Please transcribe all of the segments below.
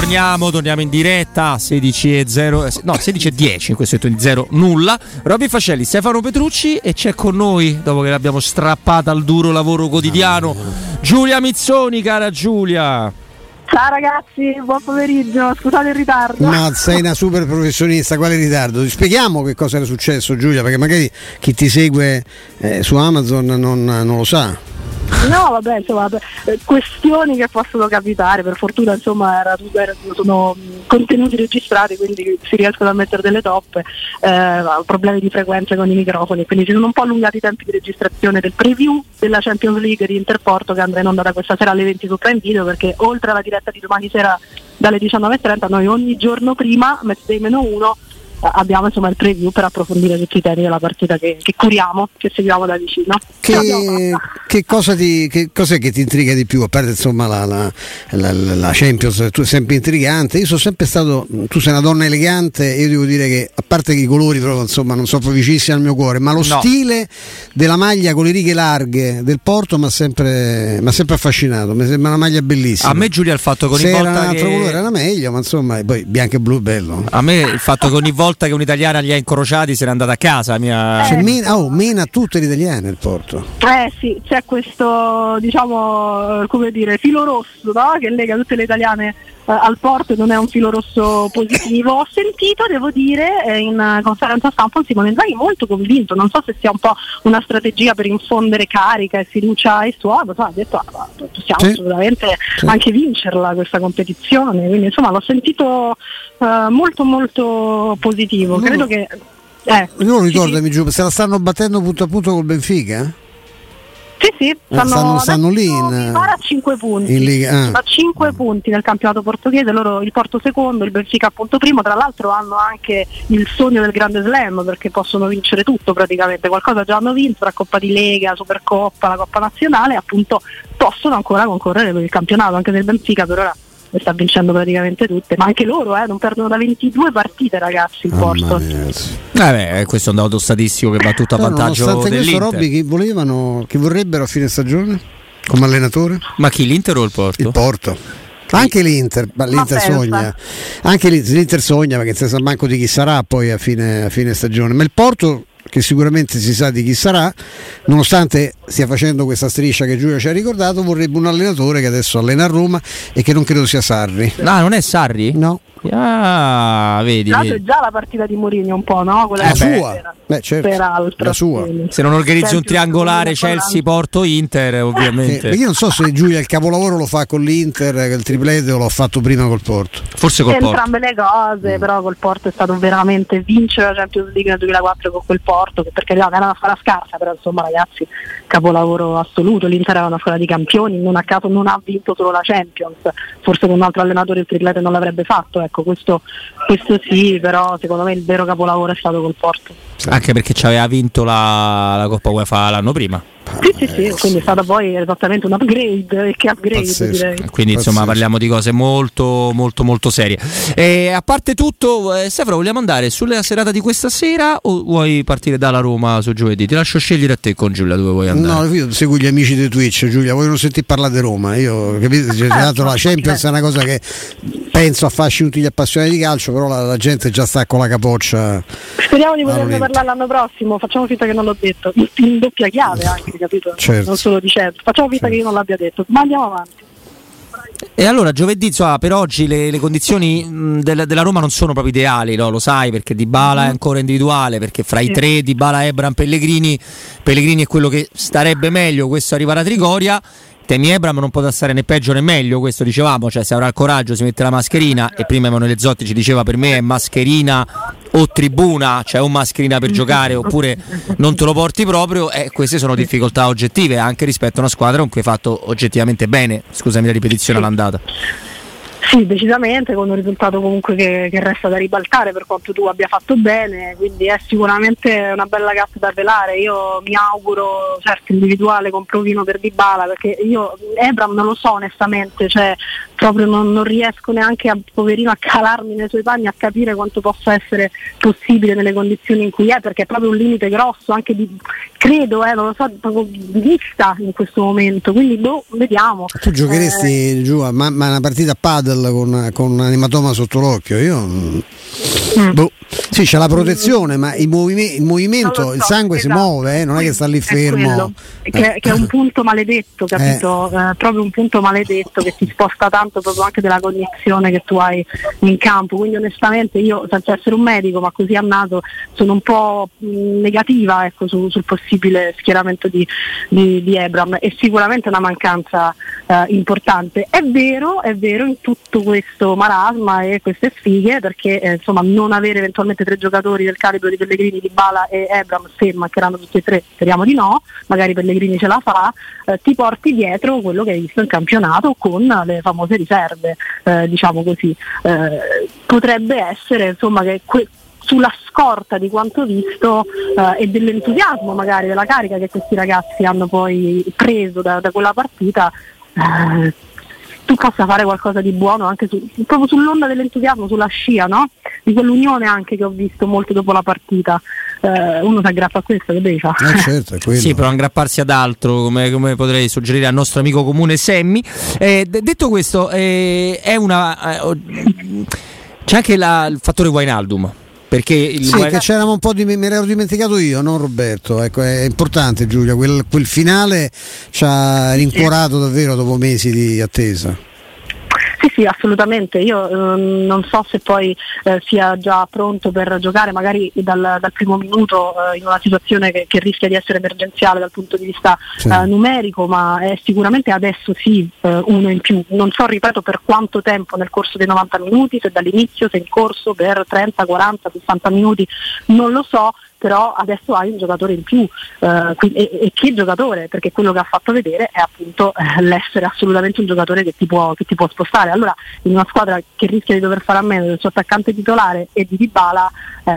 Torniamo in diretta 16:10 in questo momento di 0 nulla. Robby Fascelli, Stefano Petrucci e c'è con noi, dopo che l'abbiamo strappata al duro lavoro quotidiano, Giulia Mizzoni, cara Giulia. Ciao ragazzi, buon pomeriggio, scusate il ritardo. Ma sei una super professionista, quale ritardo? Ti spieghiamo che cosa era successo, Giulia, perché magari chi ti segue su Amazon non lo sa. No, vabbè, insomma, questioni che possono capitare, per fortuna insomma sono contenuti registrati, quindi si riescono a mettere delle toppe, problemi di frequenza con i microfoni, quindi si sono un po' allungati i tempi di registrazione del preview della Champions League di Interporto che andrà in onda da questa sera alle 20 su Prime Video, perché oltre alla diretta di domani sera dalle 19:30 noi ogni giorno prima, matchday -1, abbiamo insomma il preview per approfondire tutti i temi della partita che curiamo, che seguiamo da vicino. Cos'è che ti intriga di più? A parte insomma la Champions, tu sei sempre intrigante. Io sono sempre stato, tu sei una donna elegante e io devo dire che a parte che i colori però insomma non sono vicissimi al mio cuore, ma lo stile della maglia con le righe larghe del Porto mi ha sempre affascinato, mi sembra una maglia bellissima. A me Giulia il fatto con se ogni era volta un altro colore era meglio, ma insomma poi bianco e blu bello. A me il fatto che ogni volta che un'italiana li ha incrociati se n'è andata a casa mena tutte le italiane il Porto. Sì, c'è questo come dire filo rosso, no? Che lega tutte le italiane al Porto, non è un filo rosso positivo. Ho sentito, devo dire, in conferenza stampa un Simone Inzaghi molto convinto, non so se sia un po' una strategia per infondere carica e fiducia ai suoi, ha detto possiamo assolutamente anche vincerla questa competizione, quindi insomma l'ho sentito molto molto positivo. Credo che non ricordami Giù, se la stanno battendo punto a punto col Benfica? Sì, stanno lì a 5 punti in Liga. A 5 punti nel campionato portoghese, loro il Porto secondo, il Benfica appunto primo. Tra l'altro hanno anche il sogno del grande slam, perché possono vincere tutto praticamente, qualcosa già hanno vinto, la Coppa di Lega, Supercoppa, la Coppa Nazionale, appunto possono ancora concorrere per il campionato. Anche del Benfica per ora le sta vincendo praticamente tutte, ma anche loro non perdono da 22 partite, ragazzi, il Porto. Questo è un dato statistico che va tutto a vantaggio nonostante dell'Inter. Questo Robby che vorrebbero a fine stagione come allenatore? Ma chi, l'Inter o il Porto? Il Porto. Anche l'Inter sogna. Anche l'Inter sogna, perché non si sa manco di chi sarà poi a fine stagione, ma il Porto, che sicuramente si sa di chi sarà, nonostante stia facendo questa striscia che Giulia ci ha ricordato, vorrebbe un allenatore che adesso allena a Roma e che non credo sia Sarri. Non è Sarri? No. Vedi. È già la partita di Mourinho un po', no? Quella sua. Certo. Peraltro. La sua. Se non organizzi un triangolare Chelsea-Porto-Inter, ovviamente. Perché io non so se Giulia il capolavoro lo fa con l'Inter, che il triplete o l'ho fatto prima col Porto. Forse col Porto. Entrambe le cose, però col Porto è stato veramente vincere la Champions League nel 2004 con quel Porto, che perché era una squadra scarsa, però insomma ragazzi, capolavoro assoluto. L'Inter era una squadra di campioni, non a caso non ha vinto solo la Champions, forse con un altro allenatore il triplete non l'avrebbe fatto, ecco, questo sì, però secondo me il vero capolavoro è stato col Porto. Anche perché ci aveva vinto la Coppa UEFA l'anno prima. Sì, quindi è stata poi esattamente un upgrade, che upgrade. Pazzesco. Direi. Quindi insomma parliamo di cose molto molto molto serie. E a parte tutto, Stefano, vogliamo andare sulla serata di questa sera o vuoi partire dalla Roma su giovedì? Ti lascio scegliere a te con Giulia dove vuoi andare. No, io seguo gli amici di Twitch, Giulia, vogliono sentire parlare di Roma. Io capito, la Champions è una cosa che penso affascini tutti gli appassionati di calcio, però la gente già sta con la capoccia. Speriamo di poterne parlare l'anno prossimo, facciamo finta che non l'ho detto, in doppia chiave anche, capito? Certo. Non solo dicendo, facciamo finta che io non l'abbia detto, ma andiamo avanti. E allora giovedì per oggi le condizioni della Roma non sono proprio ideali, no? Lo sai, perché Dybala è ancora individuale, perché fra i tre Dybala, Ebram, Pellegrini è quello che starebbe meglio, questo arriva da Trigoria. Temi Ebram non potrà stare né peggio né meglio, questo dicevamo, cioè se avrà il coraggio si mette la mascherina, e prima Emanuele Zotti ci diceva per me è mascherina o tribuna, cioè o mascherina per giocare oppure non te lo porti proprio, e queste sono difficoltà oggettive anche rispetto a una squadra con cui hai fatto oggettivamente bene, scusami la ripetizione all'andata. Sì, decisamente, con un risultato comunque che resta da ribaltare per quanto tu abbia fatto bene, quindi è sicuramente una bella gatta da pelare. Io mi auguro, certo, individuale con provino per Dybala, perché io Ebram non lo so onestamente, cioè proprio non riesco neanche poverino a calarmi nei suoi panni, a capire quanto possa essere possibile nelle condizioni in cui è, perché è proprio un limite grosso anche credo, non lo so, proprio di vista in questo momento, quindi vediamo. Tu giocheresti giù ma una partita a padel con un ematoma sotto l'occhio. Io sì, c'è la protezione, ma il movimento, il sangue si muove, non è che sta lì fermo. Che è un punto maledetto, capito? Proprio un punto maledetto che ti sposta tanto proprio anche della cognizione che tu hai in campo. Quindi onestamente io, senza essere un medico, ma così a naso, sono un po' negativa, ecco, sul possibile schieramento di Ebram. È sicuramente una mancanza importante. È vero in tutto questo marasma e queste sfighe, perché insomma non avere eventualmente 3 giocatori del calibro di Pellegrini, Dybala e Ebram, se mancheranno tutti e 3, speriamo di no, magari Pellegrini ce la fa, ti porti dietro quello che hai visto in campionato con le famose riserve, diciamo così. Potrebbe essere insomma che sulla scorta di quanto visto e dell'entusiasmo magari, della carica che questi ragazzi hanno poi preso da quella partita, tu possa fare qualcosa di buono anche proprio sull'onda dell'entusiasmo, sulla scia, no? Di quell'unione anche che ho visto molto dopo la partita. Uno si aggrappa a questo, che devi fare? Certo, è quello. Sì, però aggrapparsi ad altro, come potrei suggerire al nostro amico comune Semmi. Detto questo, c'è anche il fattore Wijnaldum. Perché che c'eravamo un po' me l'ero dimenticato io, non Roberto. Ecco, è importante, Giulia, quel finale ci ha rincuorato davvero dopo mesi di attesa. Sì, assolutamente. Io non so se poi sia già pronto per giocare magari dal primo minuto in una situazione che rischia di essere emergenziale dal punto di vista numerico, ma è sicuramente adesso sì uno in più. Non so, ripeto, per quanto tempo nel corso dei 90 minuti, se dall'inizio, se in corso per 30, 40, 60 minuti, non lo so, però adesso hai un giocatore in più, e che giocatore, perché quello che ha fatto vedere è appunto l'essere assolutamente un giocatore che ti può spostare. Allora in una squadra che rischia di dover fare a meno del suo attaccante titolare e di Dybala,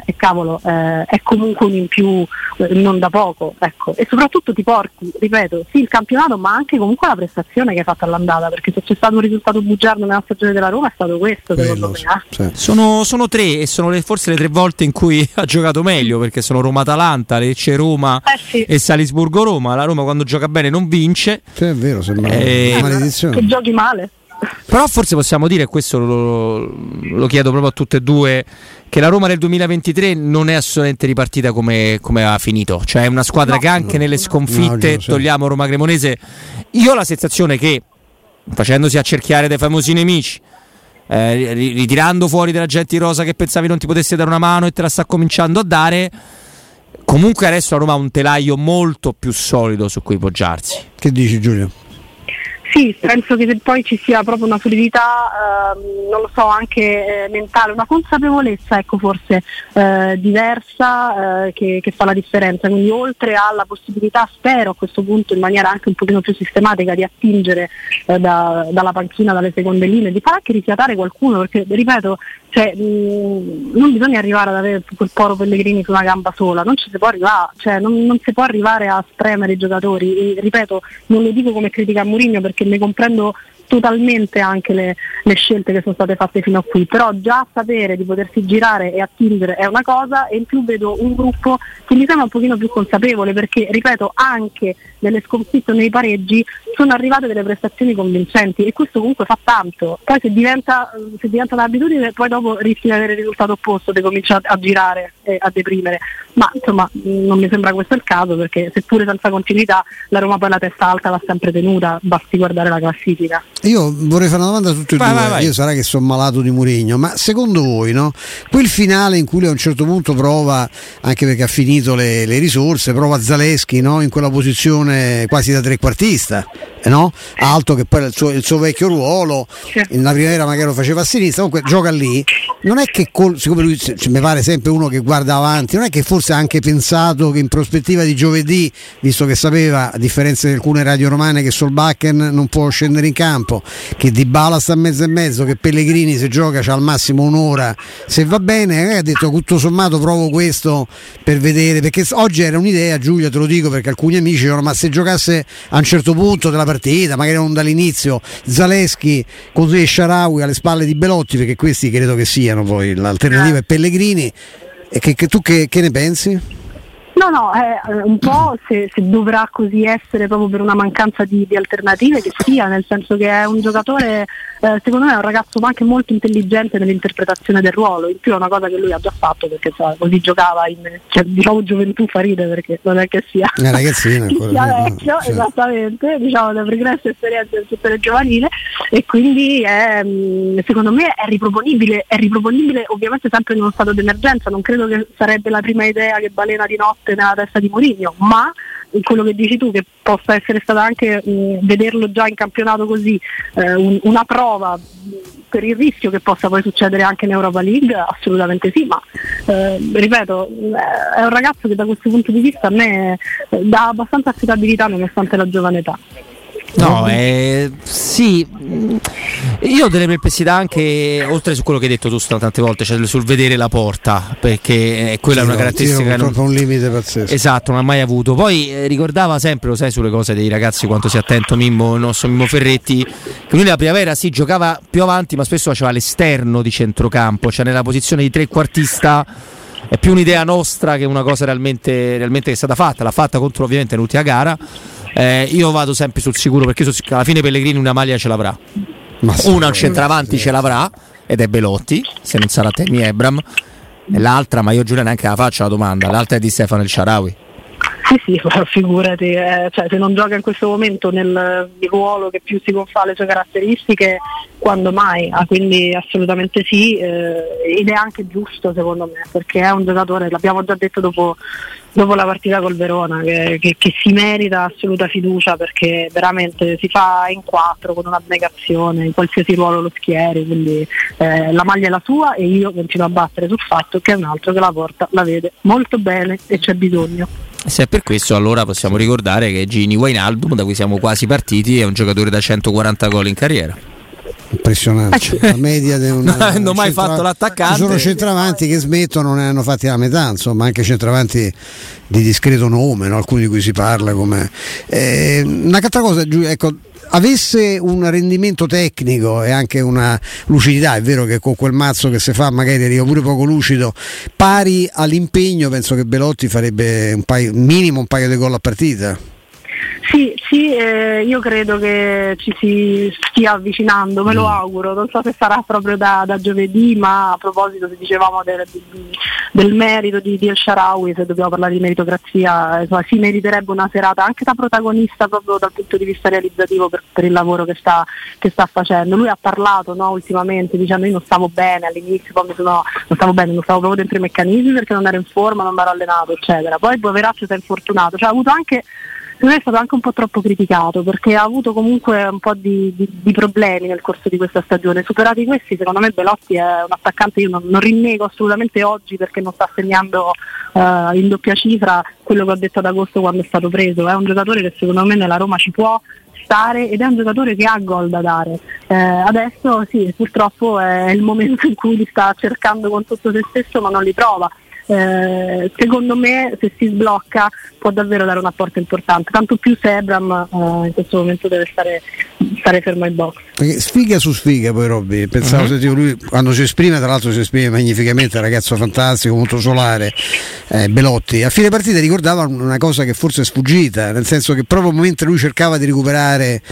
è comunque un in più non da poco, ecco. E soprattutto ti porti, ripeto, sì il campionato, ma anche comunque la prestazione che hai fatto all'andata, perché se c'è stato un risultato bugiardo nella stagione della Roma è stato questo, secondo me. Sono 3 e sono forse le 3 volte in cui ha giocato meglio, perché sono Roma-Atalanta, Lecce-Roma e Salisburgo-Roma. La Roma quando gioca bene non vince. Sì, è vero, sembra una maledizione. Che giochi male. Però forse possiamo dire, e questo lo chiedo proprio a tutte e due, che la Roma del 2023 non è assolutamente ripartita come ha finito. Cioè è una squadra che anche nelle sconfitte, togliamo Roma-Cremonese, io ho la sensazione che, facendosi accerchiare dai famosi nemici, ritirando fuori della gente rosa che pensavi non ti potesse dare una mano e te la sta cominciando a dare, comunque adesso la Roma ha un telaio molto più solido su cui poggiarsi. Che dici, Giulio? Sì, penso che poi ci sia proprio una solidità, non lo so, anche mentale, una consapevolezza, ecco, forse diversa, che fa la differenza. Quindi oltre alla possibilità, spero a questo punto in maniera anche un pochino più sistematica, di attingere dalla panchina, dalle seconde linee, di far anche rifiatare qualcuno, perché ripeto, cioè, non bisogna arrivare ad avere quel Poro Pellegrini su una gamba sola, non ci si può arrivare, cioè non si può arrivare a spremere i giocatori. E, ripeto, non lo dico come critica a Mourinho, perché ne comprendo totalmente anche le scelte che sono state fatte fino a qui, però già sapere di potersi girare e attingere è una cosa, e in più vedo un gruppo che mi sembra un pochino più consapevole, perché ripeto, anche nelle sconfitte o nei pareggi sono arrivate delle prestazioni convincenti, e questo comunque fa tanto. Poi se diventa un'abitudine, poi dopo rischi di avere il risultato opposto, ti comincia a girare e a deprimere, ma insomma non mi sembra questo il caso, perché seppure senza continuità la Roma poi la testa alta l'ha sempre tenuta, basti guardare la classifica. Io vorrei fare una domanda a tutti e due. Vai. Io sarà che sono malato di Mourinho, ma secondo voi, no? Quel finale in cui lui a un certo punto prova, anche perché ha finito le risorse, prova Zaleschi, no? In quella posizione quasi da trequartista, no? Alto, che poi era il suo vecchio ruolo, in la primavera magari lo faceva a sinistra, comunque gioca lì. Non è che siccome lui mi pare sempre uno che guarda avanti, non è che forse ha anche pensato che in prospettiva di giovedì, visto che sapeva, a differenza di alcune radio romane, che Solbakken non può scendere in campo, che Dybala sta a mezzo e mezzo, che Pellegrini se gioca c'ha al massimo un'ora, se va bene, ha detto tutto sommato provo questo per vedere, perché oggi era un'idea, Giulia, te lo dico perché alcuni amici dicono, ma se giocasse a un certo punto della partita, magari non dall'inizio, Zaleschi così e Shaarawy alle spalle di Belotti, perché questi credo che siano poi l'alternativa è Pellegrini, e tu che ne pensi? No, un po' se dovrà così essere proprio per una mancanza di alternative, che sia, nel senso che è un giocatore, secondo me è un ragazzo anche molto intelligente nell'interpretazione del ruolo, in più è una cosa che lui ha già fatto, perché così giocava diciamo gioventù fa ridere, perché non è che sia ragazzino sia vecchio, no. Esattamente, diciamo la pregressa esperienza del settore giovanile, e quindi secondo me è riproponibile ovviamente sempre in uno stato d'emergenza. Non credo che sarebbe la prima idea che balena di notte nella testa di Mourinho, ma quello che dici tu, che possa essere stata anche vederlo già in campionato così, una prova per il rischio che possa poi succedere anche in Europa League, assolutamente sì, ma ripeto, è un ragazzo che da questo punto di vista a me dà abbastanza affidabilità nonostante la giovane età. No, sì, io ho delle perplessità anche oltre su quello che hai detto tu tante volte, cioè sul vedere la porta, perché quella è una caratteristica che un limite pazzesco. Esatto, non ha mai avuto. Poi ricordava sempre, lo sai, sulle cose dei ragazzi quanto sia attento Mimmo, il nostro Mimmo Ferretti, che lui nella primavera sì giocava più avanti, ma spesso faceva l'esterno di centrocampo, cioè nella posizione di trequartista. È più un'idea nostra che una cosa realmente che è stata fatta. L'ha fatta contro ovviamente l'ultima gara. Io vado sempre sul sicuro, perché alla fine Pellegrini una maglia ce l'avrà, una al centravanti ce l'avrà, ed è Belotti, se non sarà Tammy Abraham, e l'altra, ma io Giulia neanche la faccio la domanda, l'altra è di Stefano El Shaarawy. Sì, figurati, cioè, se non gioca in questo momento nel ruolo che più si confà alle sue caratteristiche, quando mai? Quindi assolutamente sì, ed è anche giusto secondo me, perché è un giocatore, l'abbiamo già detto dopo la partita col Verona, che si merita assoluta fiducia, perché veramente si fa in 4 con un'abnegazione in qualsiasi ruolo lo schieri, quindi la maglia è la sua, e io continuo a battere sul fatto che è un altro che la porta la vede molto bene e c'è bisogno. Se è per questo, allora possiamo ricordare che Gini Wijnaldum, da cui siamo quasi partiti, è un giocatore da 140 gol in carriera. Impressionante, la media di un non hanno mai fatto l'attaccante. Ci sono centravanti che smettono, non ne hanno fatti la metà, insomma, anche centravanti di discreto nome, no? Alcuni di cui si parla come un'altra cosa, ecco, avesse un rendimento tecnico e anche una lucidità, è vero che con quel mazzo che si fa magari arriva pure poco lucido, pari all'impegno, penso che Belotti farebbe minimo un paio di gol a partita. Sì, io credo che ci si stia avvicinando, me lo auguro, non so se sarà proprio da giovedì, ma a proposito, se dicevamo del merito di El Shaarawy, se dobbiamo parlare di meritocrazia, insomma, si meriterebbe una serata anche da protagonista proprio dal punto di vista realizzativo per il lavoro che sta facendo. Lui ha parlato, no, ultimamente, dicendo: io non stavo bene all'inizio, poi non stavo proprio dentro i meccanismi perché non ero in forma, non mi ero allenato, eccetera. Poi poveraccio si è infortunato, cioè ha avuto anche, secondo me è stato anche un po' troppo criticato, perché ha avuto comunque un po' di problemi nel corso di questa stagione. Superati questi, secondo me Belotti è un attaccante, io non rinnego assolutamente oggi, perché non sta segnando in doppia cifra quello che ho detto ad agosto quando è stato preso. È un giocatore che secondo me nella Roma ci può stare, ed è un giocatore che ha gol da dare. Adesso sì, purtroppo è il momento in cui li sta cercando con tutto se stesso, ma non li trova. Secondo me, se si sblocca, può davvero dare un apporto importante, tanto più se Abraham in questo momento deve stare fermo ai box. Perché sfiga su sfiga, poi Robby, pensavo sentivo lui quando si esprime, tra l'altro si esprime magnificamente, un ragazzo fantastico, molto solare, Belotti. A fine partita ricordava una cosa che forse è sfuggita, nel senso che proprio mentre lui cercava di recuperare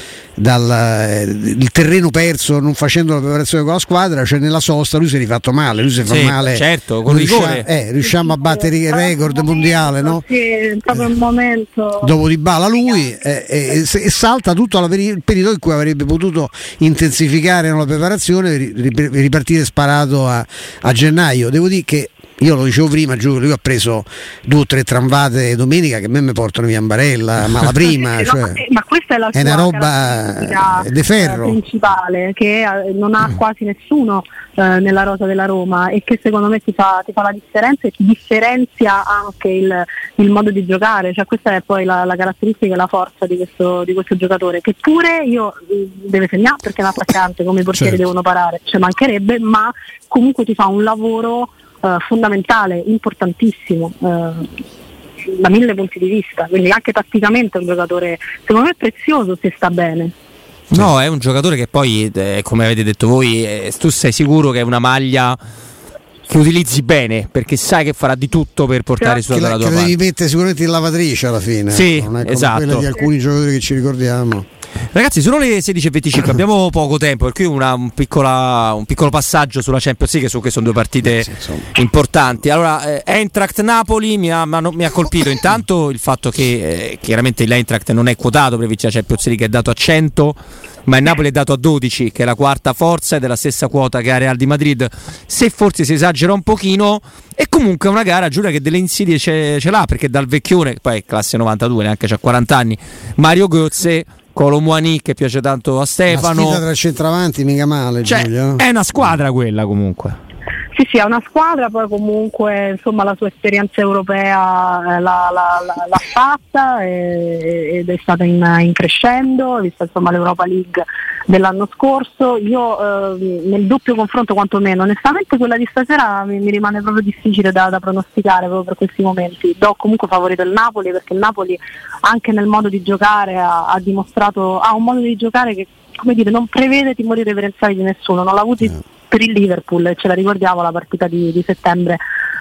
il terreno perso non facendo la preparazione con la squadra, cioè nella sosta lui si è rifatto male, lui si fa male, certo, con rigore riusciamo a battere il record mondiale, no? Sì, proprio un momento. Dopo Dybala lui e salta tutto il periodo in cui avrebbe potuto intensificare la preparazione e ripartire sparato a gennaio. Devo dire che io lo dicevo prima, Giulio, lui ha preso 2 o 3 tramvate domenica che a me mi portano via in barella, ma la prima ma questa è la sua una roba di ferro principale, che non ha quasi nessuno nella rosa della Roma, e che secondo me ti fa la differenza, e ti differenzia anche il modo di giocare. Cioè, questa è poi la caratteristica e la forza di questo giocatore, che pure deve segnare, perché è un attaccante, come i portieri devono parare, ci mancherebbe, ma comunque ti fa un lavoro fondamentale, importantissimo, da 1000 punti di vista. Quindi anche tatticamente è un giocatore, secondo me, prezioso se sta bene. No, è un giocatore che poi, come avete detto voi, tu sei sicuro che è una maglia che utilizzi bene, perché sai che farà di tutto per portare sulla tua parte. Devi mettere sicuramente in lavatrice alla fine. Sì, non è come esatto. quella di alcuni giocatori che ci ricordiamo. Ragazzi, sono le 16:25, abbiamo poco tempo, per cui un piccolo passaggio sulla Champions League, che sono due partite importanti. Allora, Eintracht Napoli mi ha colpito intanto il fatto che chiaramente l'Eintracht non è quotato per vincere la Champions League, è dato a 100, ma il Napoli è dato a 12, che è la quarta forza, ed è della stessa quota che ha Real di Madrid, se forse si esagera un pochino. E comunque è una gara, Giulia, che delle insidie ce l'ha, perché dal vecchione, che poi è classe 92, neanche c'ha 40 anni, Mario Götze, Colomouani, che piace tanto a Stefano. La sfida tra centravanti mica male, cioè, Giulia. È una squadra quella comunque. Sì, è una squadra, poi comunque insomma la sua esperienza europea l'ha fatta ed è stata in crescendo, vista insomma l'Europa League dell'anno scorso. Io nel doppio confronto, quantomeno onestamente quella di stasera mi rimane proprio difficile da pronosticare proprio per questi momenti. Do comunque favorito il Napoli, perché il Napoli anche nel modo di giocare ha dimostrato, ha un modo di giocare che, come dire, non prevede timori reverenziali di nessuno, non l'ha avuti per il Liverpool, ce la ricordiamo la partita di settembre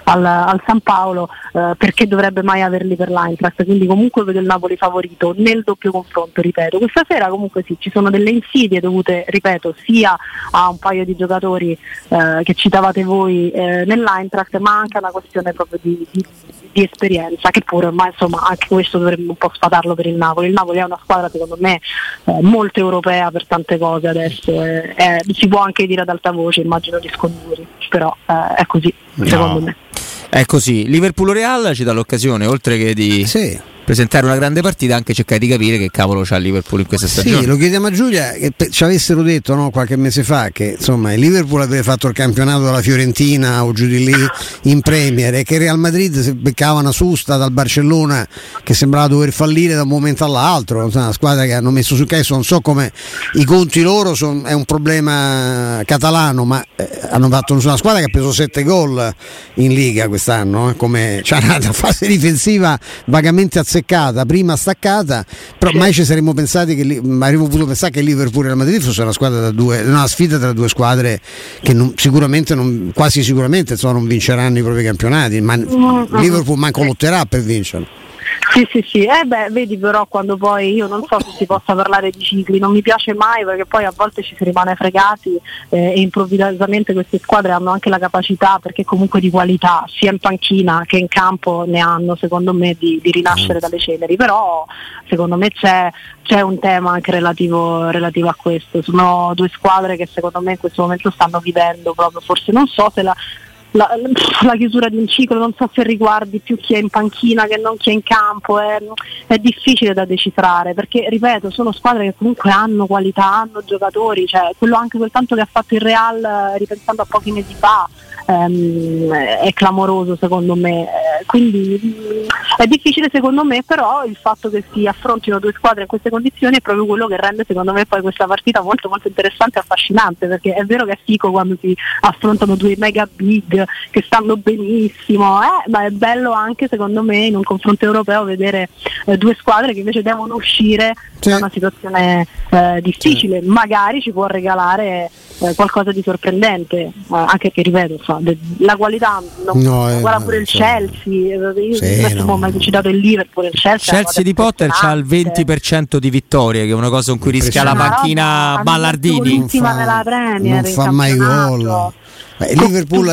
al San Paolo, perché dovrebbe mai averli per l'Eintracht, quindi comunque vedo il Napoli favorito nel doppio confronto, ripeto. Questa sera comunque sì, ci sono delle insidie dovute, ripeto, sia a un paio di giocatori che citavate voi nell'Eintracht, ma anche a una questione proprio di esperienza, che pure ormai insomma anche questo dovremmo un po' sfatarlo per il Napoli. Il Napoli è una squadra secondo me molto europea per tante cose adesso, si può anche dire ad alta voce, immagino di Sconduri, però è così, secondo me. È così. Liverpool-Real ci dà l'occasione, oltre che di presentare una grande partita, anche cercare di capire che cavolo c'ha il Liverpool in questa stagione. Sì, lo chiediamo a Giulia, che ci avessero detto qualche mese fa che insomma il Liverpool avrebbe fatto il campionato dalla Fiorentina o giù di lì in Premier, e che il Real Madrid si beccava una susta dal Barcellona che sembrava dover fallire da un momento all'altro. Una squadra che hanno messo su caso, non so come i conti loro, è un problema catalano, ma hanno fatto una squadra che ha preso 7 gol in Liga quest'anno, come c'è una fase difensiva vagamente azzeccata, prima staccata, però mai ci saremmo pensati avremmo potuto pensare che il Liverpool e il Madrid fosse una squadra una sfida tra due squadre che quasi sicuramente non vinceranno i propri campionati, ma Liverpool manco lotterà per vincerlo. Sì. Vedi però, quando poi io non so se si possa parlare di cicli, non mi piace mai, perché poi a volte ci si rimane fregati e improvvisamente queste squadre hanno anche la capacità, perché comunque di qualità sia in panchina che in campo ne hanno, secondo me, di rinascere dalle ceneri. Però secondo me c'è un tema anche relativo a questo. Sono due squadre che secondo me in questo momento stanno vivendo proprio, forse non so se la chiusura di un ciclo, non so se riguardi più chi è in panchina che non chi è in campo, è difficile da decifrare, perché ripeto, sono squadre che comunque hanno qualità, hanno giocatori, cioè anche quel tanto che ha fatto il Real, ripensando a pochi mesi fa, è clamoroso secondo me, quindi è difficile secondo me, però il fatto che si affrontino due squadre in queste condizioni è proprio quello che rende secondo me poi questa partita molto molto interessante e affascinante, perché è vero che è figo quando si affrontano due mega big che stanno benissimo, ma è bello anche secondo me in un confronto europeo vedere due squadre che invece devono uscire da una situazione difficile, magari ci può regalare qualcosa di sorprendente, anche che ripeto, la qualità guarda pure il Chelsea, ho mai citato il Liverpool, il Chelsea di Potter c'ha il 20% di vittorie, che è una cosa con cui rischia la panchina Ballardini, non fa mai gol. Il Liverpool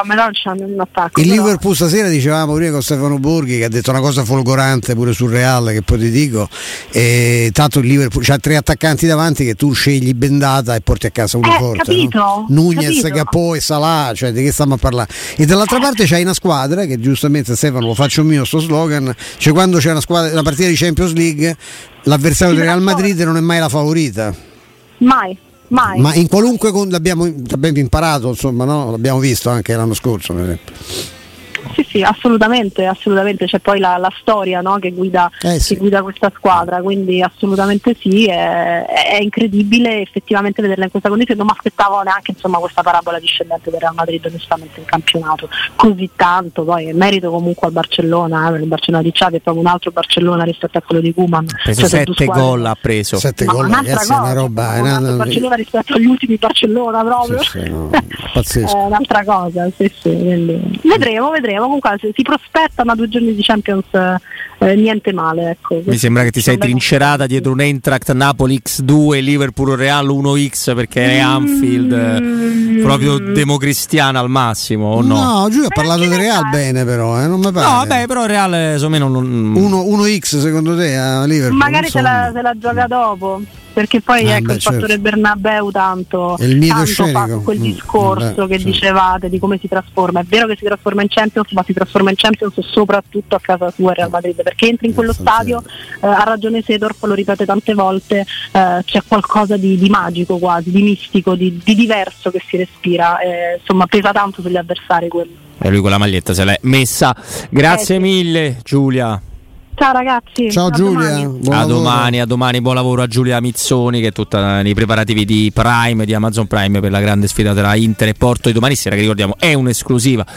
stasera, dicevamo prima con Stefano Borghi, che ha detto una cosa folgorante pure sul Real, che poi ti dico, tanto il Liverpool c'ha 3 attaccanti davanti che tu scegli bendata e porti a casa uno forte, capito, Nunez, Capò e Salah, cioè di che stiamo a parlare? E dall'altra parte c'hai una squadra che, giustamente Stefano, lo faccio mio sto slogan, cioè quando c'è una partita di Champions League, l'avversario del Real Madrid non è mai la favorita, mai. Ma in qualunque l'abbiamo imparato, insomma, no? L'abbiamo visto anche l'anno scorso, per esempio. Sì, assolutamente, c'è poi la storia, no, che guida questa squadra, quindi assolutamente sì, è incredibile effettivamente vederla in questa condizione. Non mi aspettavo neanche questa parabola discendente del Real Madrid onestamente in campionato così tanto, poi merito comunque al Barcellona, il Barcellona di Xavi è proprio un altro Barcellona rispetto a quello di Koeman. Ha preso 7 gol, ha preso 7 gol, ragazzi, è una roba, un altro Barcellona rispetto agli ultimi Barcellona proprio. Pazzesco. È un'altra cosa, quindi vedremo. Comunque si prospettano a 2 giorni di Champions, niente male, ecco. Mi sembra che ti sei trincerata dietro un Eintracht Napoli X2, Liverpool Real 1x perché è Anfield, proprio democristiana al massimo, o no? No, Giulio ha parlato di Real bene, però non mi pare. No, vabbè, però Real insomma non 1x secondo te a Liverpool? Magari se la gioca dopo, perché poi il fattore Bernabeu tanto fa quel discorso che dicevate di come si trasforma. È vero che si trasforma in Champions, ma si trasforma in Champions soprattutto a casa sua Real Madrid, perché entri in quello stadio, ha ragione Seedorf, lo ripete tante volte, c'è qualcosa di magico quasi, di mistico, di diverso che si respira, pesa tanto sugli avversari quello. E lui con la maglietta se l'è messa. Grazie mille Giulia. Ciao ragazzi. Ciao Giulia. A domani, buon lavoro a Giulia Mizzoni che è tutta nei preparativi di Prime, di Amazon Prime per la grande sfida tra Inter e Porto di domani sera, che ricordiamo è un'esclusiva.